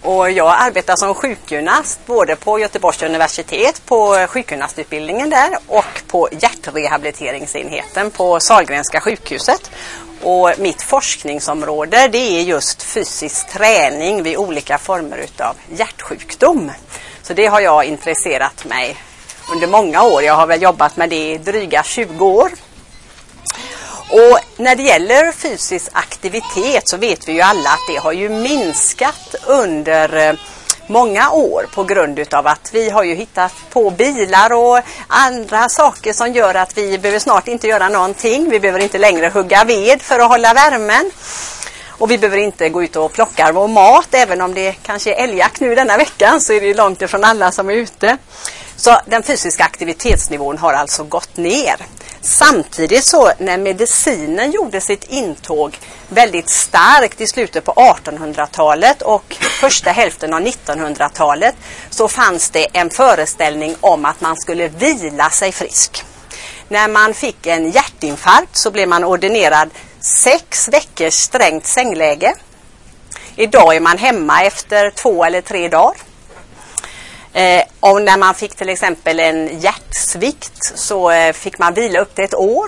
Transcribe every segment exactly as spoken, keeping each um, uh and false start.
Och jag arbetar som sjukgymnast både på Göteborgs universitet på sjukgymnastutbildningen där och på hjärtrehabiliteringsenheten på Sahlgrenska sjukhuset. Och mitt forskningsområde det är just fysisk träning vid olika former utav hjärtsjukdom. Så det har jag intresserat mig under många år. Jag har väl jobbat med det i dryga tjugo år. Och när det gäller fysisk aktivitet så vet vi ju alla att det har ju minskat under många år på grund utav att vi har ju hittat på bilar och andra saker som gör att vi behöver snart inte göra någonting. Vi behöver inte längre hugga ved för att hålla värmen. Och vi behöver inte gå ut och plocka vår mat, även om det kanske är älgjakt nu denna veckan så är det långt ifrån alla som är ute. Så den fysiska aktivitetsnivån har alltså gått ner. Samtidigt så när medicinen gjorde sitt intåg väldigt starkt i slutet på artonhundratalet och första hälften av nittonhundratalet så fanns det en föreställning om att man skulle vila sig frisk. När man fick en hjärtinfarkt så blev man ordinerad sex veckors strängt sängläge. Idag är man hemma efter två eller tre dagar. Eh, och när man fick till exempel en hjärtsvikt så eh, fick man vila upp till ett år.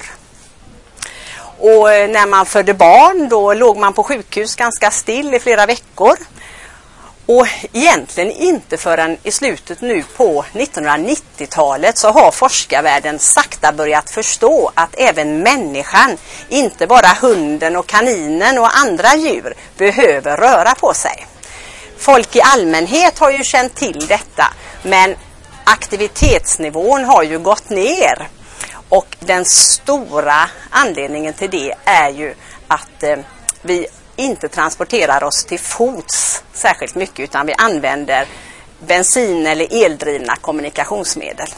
Och eh, när man födde barn då låg man på sjukhus ganska still i flera veckor. Och egentligen inte förrän i slutet nu på nittonhundranittiotalet så har forskarvärlden sakta börjat förstå att även människan, inte bara hunden och kaninen och andra djur, behöver röra på sig. Folk i allmänhet har ju känt till detta, men aktivitetsnivån har ju gått ner. Och den stora anledningen till det är ju att eh, vi inte transporterar oss till fots särskilt mycket utan vi använder bensin- eller eldrivna kommunikationsmedel.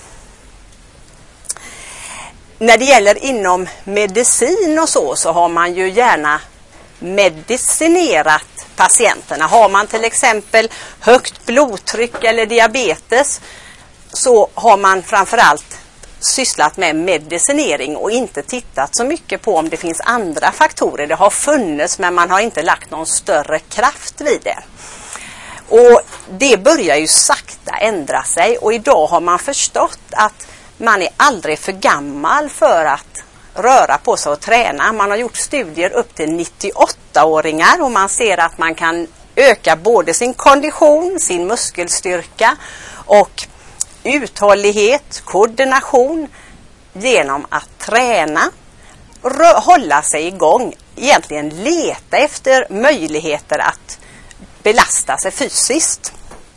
När det gäller inom medicin och så så har man ju gärna medicinerat patienterna. Har man till exempel högt blodtryck eller diabetes så har man framförallt sysslat med medicinering och inte tittat så mycket på om det finns andra faktorer. Det har funnits men man har inte lagt någon större kraft vid det. Och det börjar ju sakta ändra sig och idag har man förstått att man är aldrig för gammal för att röra på sig och träna. Man har gjort studier upp till nittioåtta-åringar och man ser att man kan öka både sin kondition, sin muskelstyrka och uthållighet, koordination genom att träna, hålla sig igång, egentligen leta efter möjligheter att belasta sig fysiskt.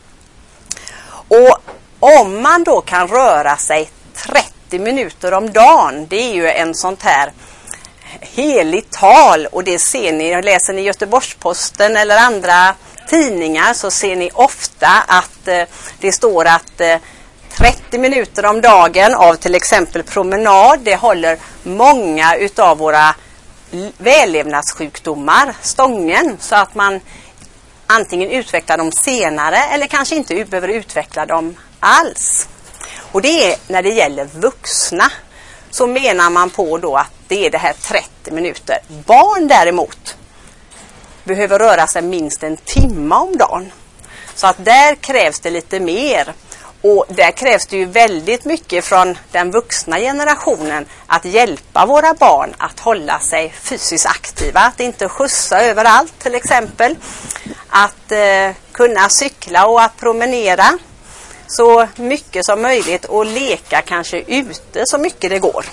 Och om man då kan röra sig trettio minuter om dagen, det är ju en sånt här heligt tal och det ser ni, läser ni Göteborgs-Posten eller andra tidningar så ser ni ofta att eh, det står att eh, trettio minuter om dagen av till exempel promenad, det håller många utav våra vällevnadssjukdomar stången så att man antingen utvecklar dem senare eller kanske inte behöver utveckla dem alls. Och det är när det gäller vuxna så menar man på då att det är det här trettio minuter. Barn däremot behöver röra sig minst en timme om dagen. Så att där krävs det lite mer. Och där krävs det ju väldigt mycket från den vuxna generationen att hjälpa våra barn att hålla sig fysiskt aktiva. Att inte skjutsa överallt till exempel. Att eh, kunna cykla och att promenera så mycket som möjligt och leka kanske ute så mycket det går.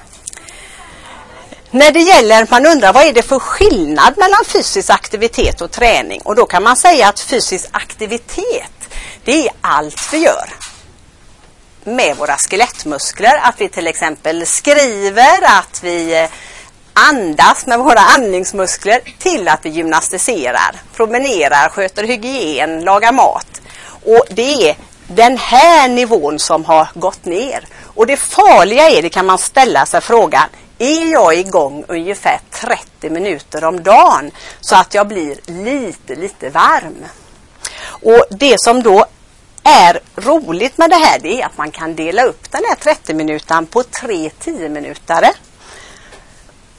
När det gäller, man undrar vad är det för skillnad mellan fysisk aktivitet och träning? Och då kan man säga att fysisk aktivitet det är allt vi gör med våra skelettmuskler. Att vi till exempel skriver, att vi andas med våra andningsmuskler till att vi gymnastiserar, promenerar, sköter hygien, lagar mat. Och det är den här nivån som har gått ner. Och det farliga är, det kan man ställa sig frågan, är jag igång ungefär trettio minuter om dagen så att jag blir lite, lite varm? Och det som då är roligt med det här det är att man kan dela upp den här trettio minuter på tre tio minuter.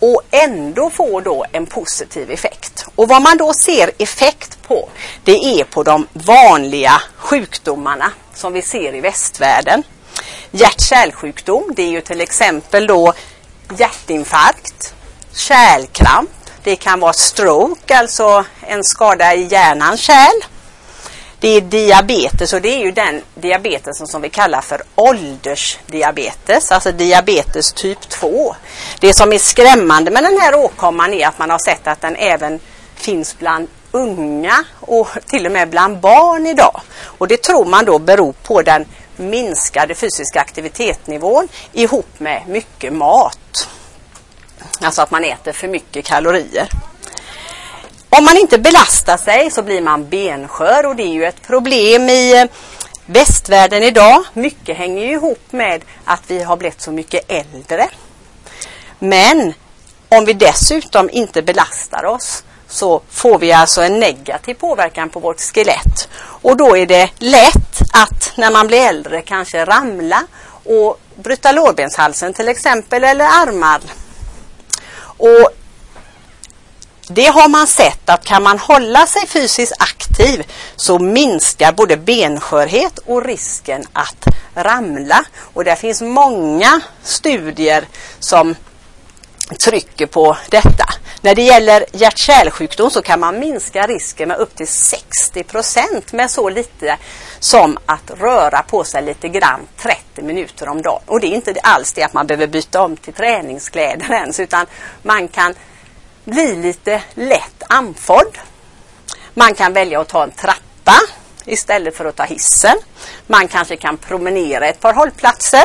och ändå få då en positiv effekt. Och vad man då ser effekt på, det är på de vanliga sjukdomarna som vi ser i västvärlden. Hjärt-kärlsjukdom, det är ju till exempel då hjärtinfarkt, kärlkramp, det kan vara stroke, alltså en skada i hjärnans kärl. Det är diabetes, och det är ju den diabetesen som vi kallar för åldersdiabetes, alltså diabetes typ två. Det som är skrämmande med den här åkomman är att man har sett att den även finns bland unga och till och med bland barn idag. Och det tror man då beror på den minskade fysiska aktivitetsnivån ihop med mycket mat. Alltså att man äter för mycket kalorier. Om man inte belastar sig så blir man benskör, och det är ju ett problem i västvärlden idag. Mycket hänger ju ihop med att vi har blivit så mycket äldre. Men om vi dessutom inte belastar oss så får vi alltså en negativ påverkan på vårt skelett. Och då är det lätt att när man blir äldre kanske ramla och bryta lårbenshalsen till exempel, eller armar. Och det har man sett att kan man hålla sig fysiskt aktiv så minskar både benskörhet och risken att ramla. Och det finns många studier som trycker på detta. När det gäller hjärt-kärlsjukdom så kan man minska risken med upp till sextio procent med så lite som att röra på sig lite grann trettio minuter om dagen. Och det är inte alls det att man behöver byta om till träningskläder ens, utan man kan bli lite lätt andfådd. Man kan välja att ta en trappa istället för att ta hissen. Man kanske kan promenera ett par hållplatser.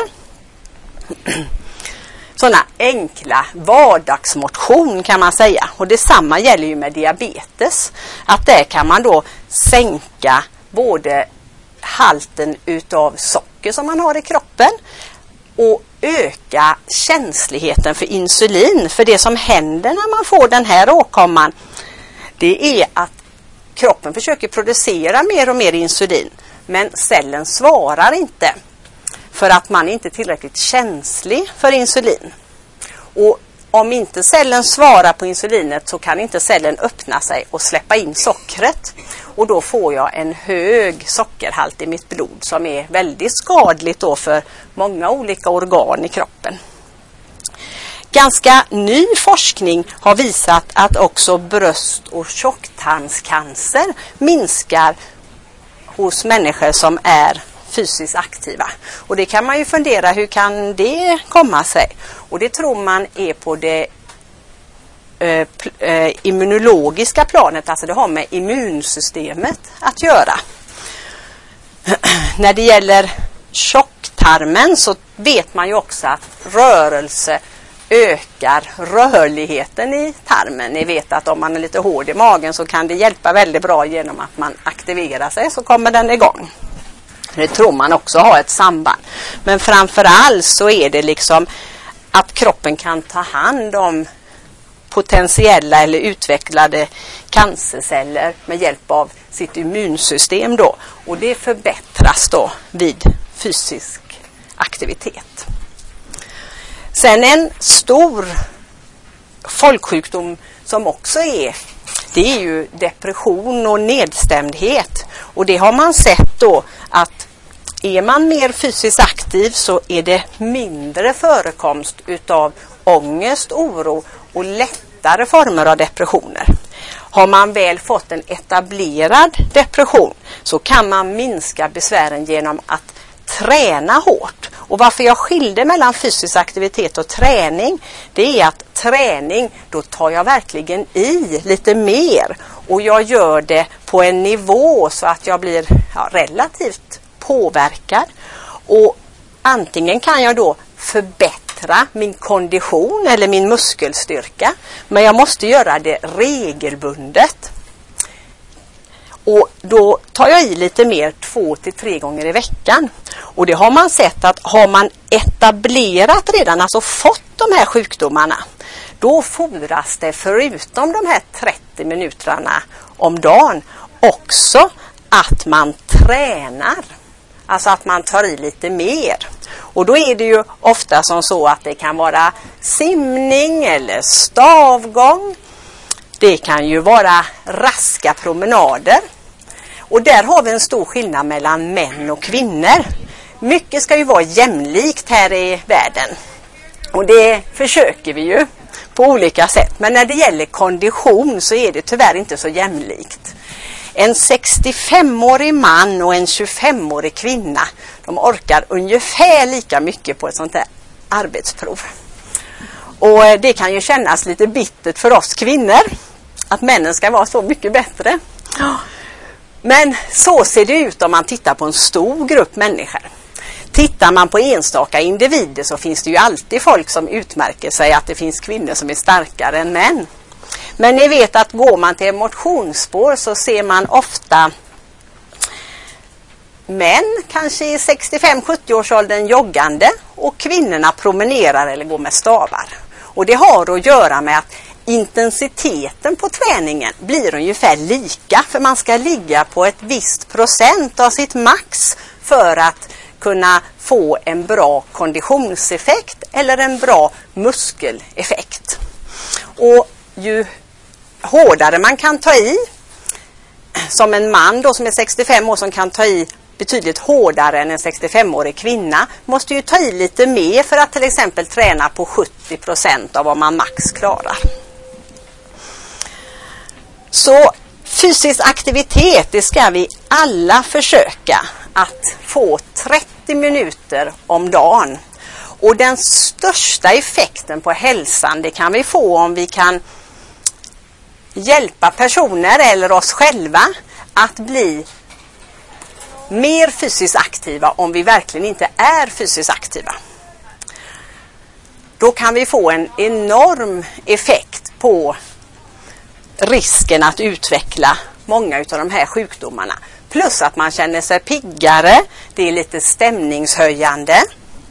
Sådana enkla vardagsmotion kan man säga. Och detsamma gäller ju med diabetes. Att där kan man då sänka både halten utav socker som man har i kroppen och öka känsligheten för insulin. För det som händer när man får den här åkomman, det är att kroppen försöker producera mer och mer insulin. Men cellen svarar inte. För att man inte är tillräckligt känslig för insulin. Och om inte cellen svarar på insulinet så kan inte cellen öppna sig och släppa in sockret. Och då får jag en hög sockerhalt i mitt blod som är väldigt skadligt då för många olika organ i kroppen. Ganska ny forskning har visat att också bröst- och tjocktarmscancer minskar hos människor som är fysiskt aktiva. Och det kan man ju fundera, hur kan det komma sig? Och det tror man är på det eh, eh, immunologiska planet, alltså det har med immunsystemet att göra. När det gäller tjocktarmen så vet man ju också att rörelse ökar rörligheten i tarmen. Ni vet att om man är lite hård i magen så kan det hjälpa väldigt bra genom att man aktiverar sig, så kommer den igång. Det tror man också har ett samband. Men framförallt så är det liksom att kroppen kan ta hand om potentiella eller utvecklade cancerceller med hjälp av sitt immunsystem då. Och det förbättras då vid fysisk aktivitet. Sen en stor folksjukdom som också är, det är ju depression och nedstämdhet. Och det har man sett då att är man mer fysiskt aktiv så är det mindre förekomst utav ångest, oro och lättare former av depressioner. Har man väl fått en etablerad depression så kan man minska besvären genom att träna hårt. Och varför jag skilde mellan fysisk aktivitet och träning, det är att träning, då tar jag verkligen i lite mer. Och jag gör det på en nivå så att jag blir ja, relativt påverkad. Och antingen kan jag då förbättra min kondition eller min muskelstyrka. Men jag måste göra det regelbundet. Och då tar jag i lite mer två till tre gånger i veckan. Och det har man sett att har man etablerat redan, alltså fått de här sjukdomarna, då fordras det förutom de här trettio minuterna om dagen också att man tränar. Alltså att man tar i lite mer. Och Och då är det ju ofta som så att det kan vara simning eller stavgång. Det kan ju vara raska promenader. Och där har vi en stor skillnad mellan män och kvinnor. Mycket ska ju vara jämlikt här i världen. Och det försöker vi ju på olika sätt. Men när det gäller kondition så är det tyvärr inte så jämlikt. En sextiofemårig man och en tjugofemårig kvinna, de orkar ungefär lika mycket på ett sånt här arbetsprov. Och det kan ju kännas lite bittert för oss kvinnor att männen ska vara så mycket bättre. Men så ser det ut om man tittar på en stor grupp människor. Tittar man på enstaka individer så finns det ju alltid folk som utmärker sig, att det finns kvinnor som är starkare än män. Men ni vet att går man till motionsspår så ser man ofta män kanske i sextiofem till sjuttio års åldern joggande och kvinnorna promenerar eller går med stavar. Och det har att göra med att intensiteten på träningen blir ungefär lika, för man ska ligga på ett visst procent av sitt max för att kunna få en bra konditionseffekt eller en bra muskeleffekt. Och ju hårdare man kan ta i, som en man då som är sextiofem år som kan ta i betydligt hårdare än en sextiofemårig kvinna, måste ju ta i lite mer för att till exempel träna på sjuttio procent av vad man max klarar. Så fysisk aktivitet, det ska vi alla försöka att få trettio minuter om dagen. Och den största effekten på hälsan, det kan vi få om vi kan hjälpa personer eller oss själva att bli mer fysiskt aktiva om vi verkligen inte är fysiskt aktiva. Då kan vi få en enorm effekt på risken att utveckla många av de här sjukdomarna. Plus att man känner sig piggare, det är lite stämningshöjande.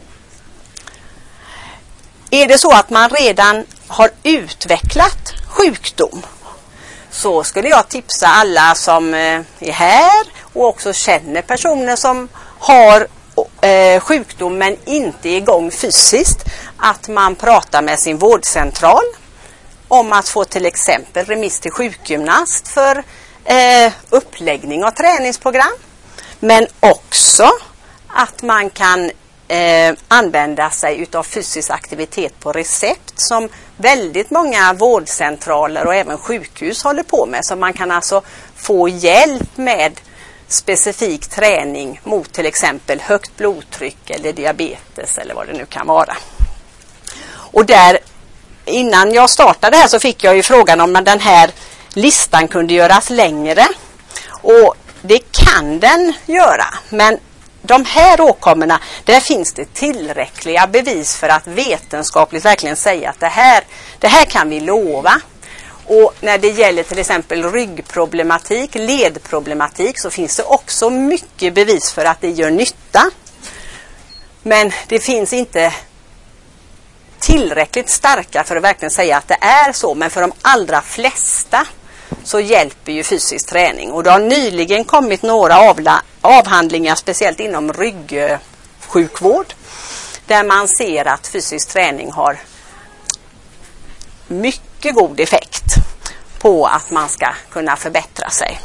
Är det så att man redan har utvecklat sjukdom, så skulle jag tipsa alla som är här och också känner personer som har eh, sjukdom men inte är igång fysiskt, att man pratar med sin vårdcentral om att få till exempel remiss till sjukgymnast för eh, uppläggning av träningsprogram. Men också att man kan eh, använda sig utav fysisk aktivitet på recept som väldigt många vårdcentraler och även sjukhus håller på med. Så man kan alltså få hjälp med specifik träning mot till exempel högt blodtryck eller diabetes eller vad det nu kan vara. Och där, innan jag startade här så fick jag ju frågan om den här listan kunde göras längre. Och det kan den göra, men de här åkommorna, där finns det tillräckliga bevis för att vetenskapligt verkligen säga att det här, det här kan vi lova. Och när det gäller till exempel ryggproblematik, ledproblematik, så finns det också mycket bevis för att det gör nytta. Men det finns inte tillräckligt starka för att verkligen säga att det är så. Men för de allra flesta så hjälper ju fysisk träning. Och det har nyligen kommit några avla, avhandlingar, speciellt inom ryggsjukvård, där man ser att fysisk träning har mycket god effekt på att man ska kunna förbättra sig.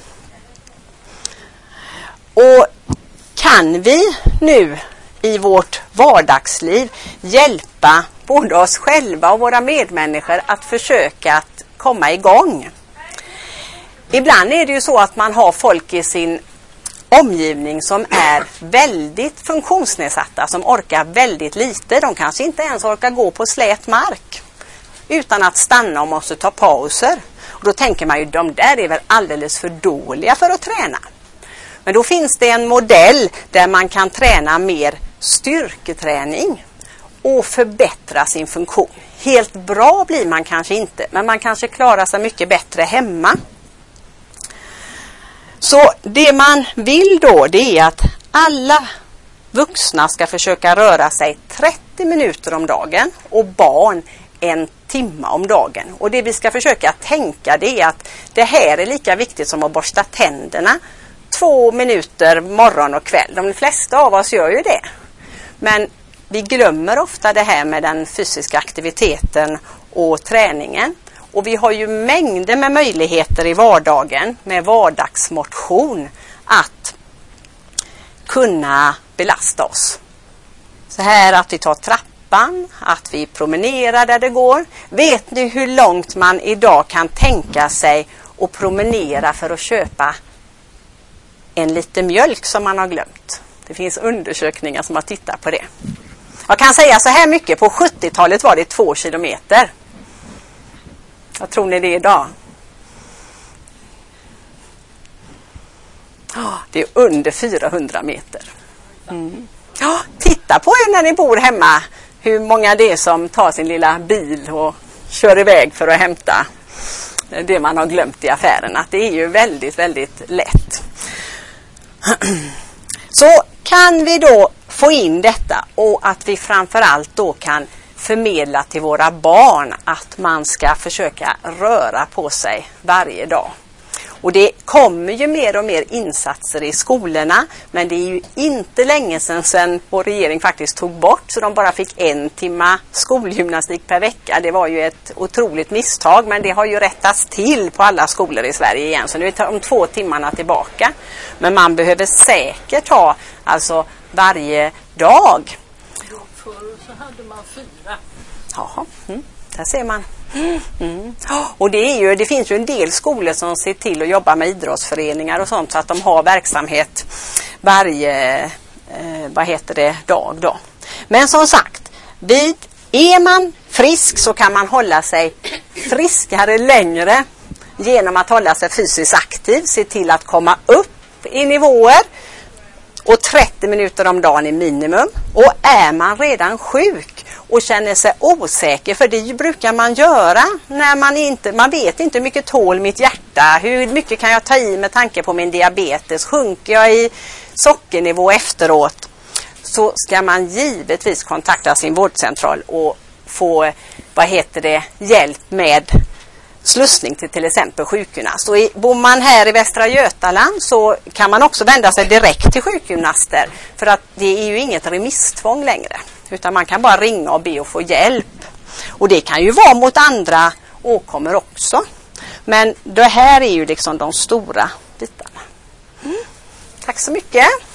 Och kan vi nu i vårt vardagsliv hjälpa både oss själva och våra medmänniskor att försöka att komma igång? Ibland är det ju så att man har folk i sin omgivning som är väldigt funktionsnedsatta, som orkar väldigt lite. De kanske inte ens orkar gå på slät mark utan att stanna och måste ta pauser. Och då tänker man ju, de där är väl alldeles för dåliga för att träna. Men då finns det en modell där man kan träna mer styrketräning och förbättra sin funktion. Helt bra blir man kanske inte, men man kanske klarar sig mycket bättre hemma. Så det man vill då, det är att alla vuxna ska försöka röra sig trettio minuter om dagen och barn en timme om dagen. Och det vi ska försöka tänka, det är att det här är lika viktigt som att borsta tänderna två minuter morgon och kväll. De flesta av oss gör ju det. Men vi glömmer ofta det här med den fysiska aktiviteten och träningen. Och vi har ju mängder med möjligheter i vardagen med vardagsmotion att kunna belasta oss. Så här att vi tar trappan, att vi promenerar där det går. Vet ni hur långt man idag kan tänka sig att promenera för att köpa en liten mjölk som man har glömt? Det finns undersökningar som har tittat på det. Jag kan säga så här mycket, på sjuttiotalet var det två kilometer. Vad tror ni det är idag? Det är under fyrahundra meter. Mm. Ja, titta på er när ni bor hemma. Hur många det är som tar sin lilla bil och kör iväg för att hämta det man har glömt i affären. Att det är ju väldigt, väldigt lätt. Så kan vi då få in detta och att vi framförallt då kan förmedla till våra barn att man ska försöka röra på sig varje dag. Och det kommer ju mer och mer insatser i skolorna, men det är ju inte länge sedan, sedan vår regering faktiskt tog bort så de bara fick en timma skolgymnastik per vecka. Det var ju ett otroligt misstag, men det har ju rättats till på alla skolor i Sverige igen. Så nu är det de två timmarna tillbaka. Men man behöver säkert ha alltså varje dag. Förr så hade man fyra. Jaha, mm, där ser man. Mm. Mm. Och det, är ju, det finns ju en del skolor som ser till att jobba med idrottsföreningar och sånt så att de har verksamhet varje eh, vad heter det, dag då. Men som sagt, vid, är man frisk så kan man hålla sig friskare längre genom att hålla sig fysiskt aktiv, se till att komma upp i nivåer och trettio minuter om dagen i minimum. Och är man redan sjuk och känner sig osäker, för det brukar man göra när man inte, man vet inte hur mycket tål mitt hjärta, hur mycket kan jag ta i med tanke på min diabetes, sjunker jag i sockernivå efteråt, så ska man givetvis kontakta sin vårdcentral och få, vad heter det, hjälp med slussning till till exempel sjukgymnast. Och i, bor man här i Västra Götaland så kan man också vända sig direkt till sjukgymnaster, för att det är ju inget remisstvång längre, utan man kan bara ringa och be och få hjälp. Och det kan ju vara mot andra åkommor också. Men det här är ju liksom de stora bitarna. Mm. Tack så mycket.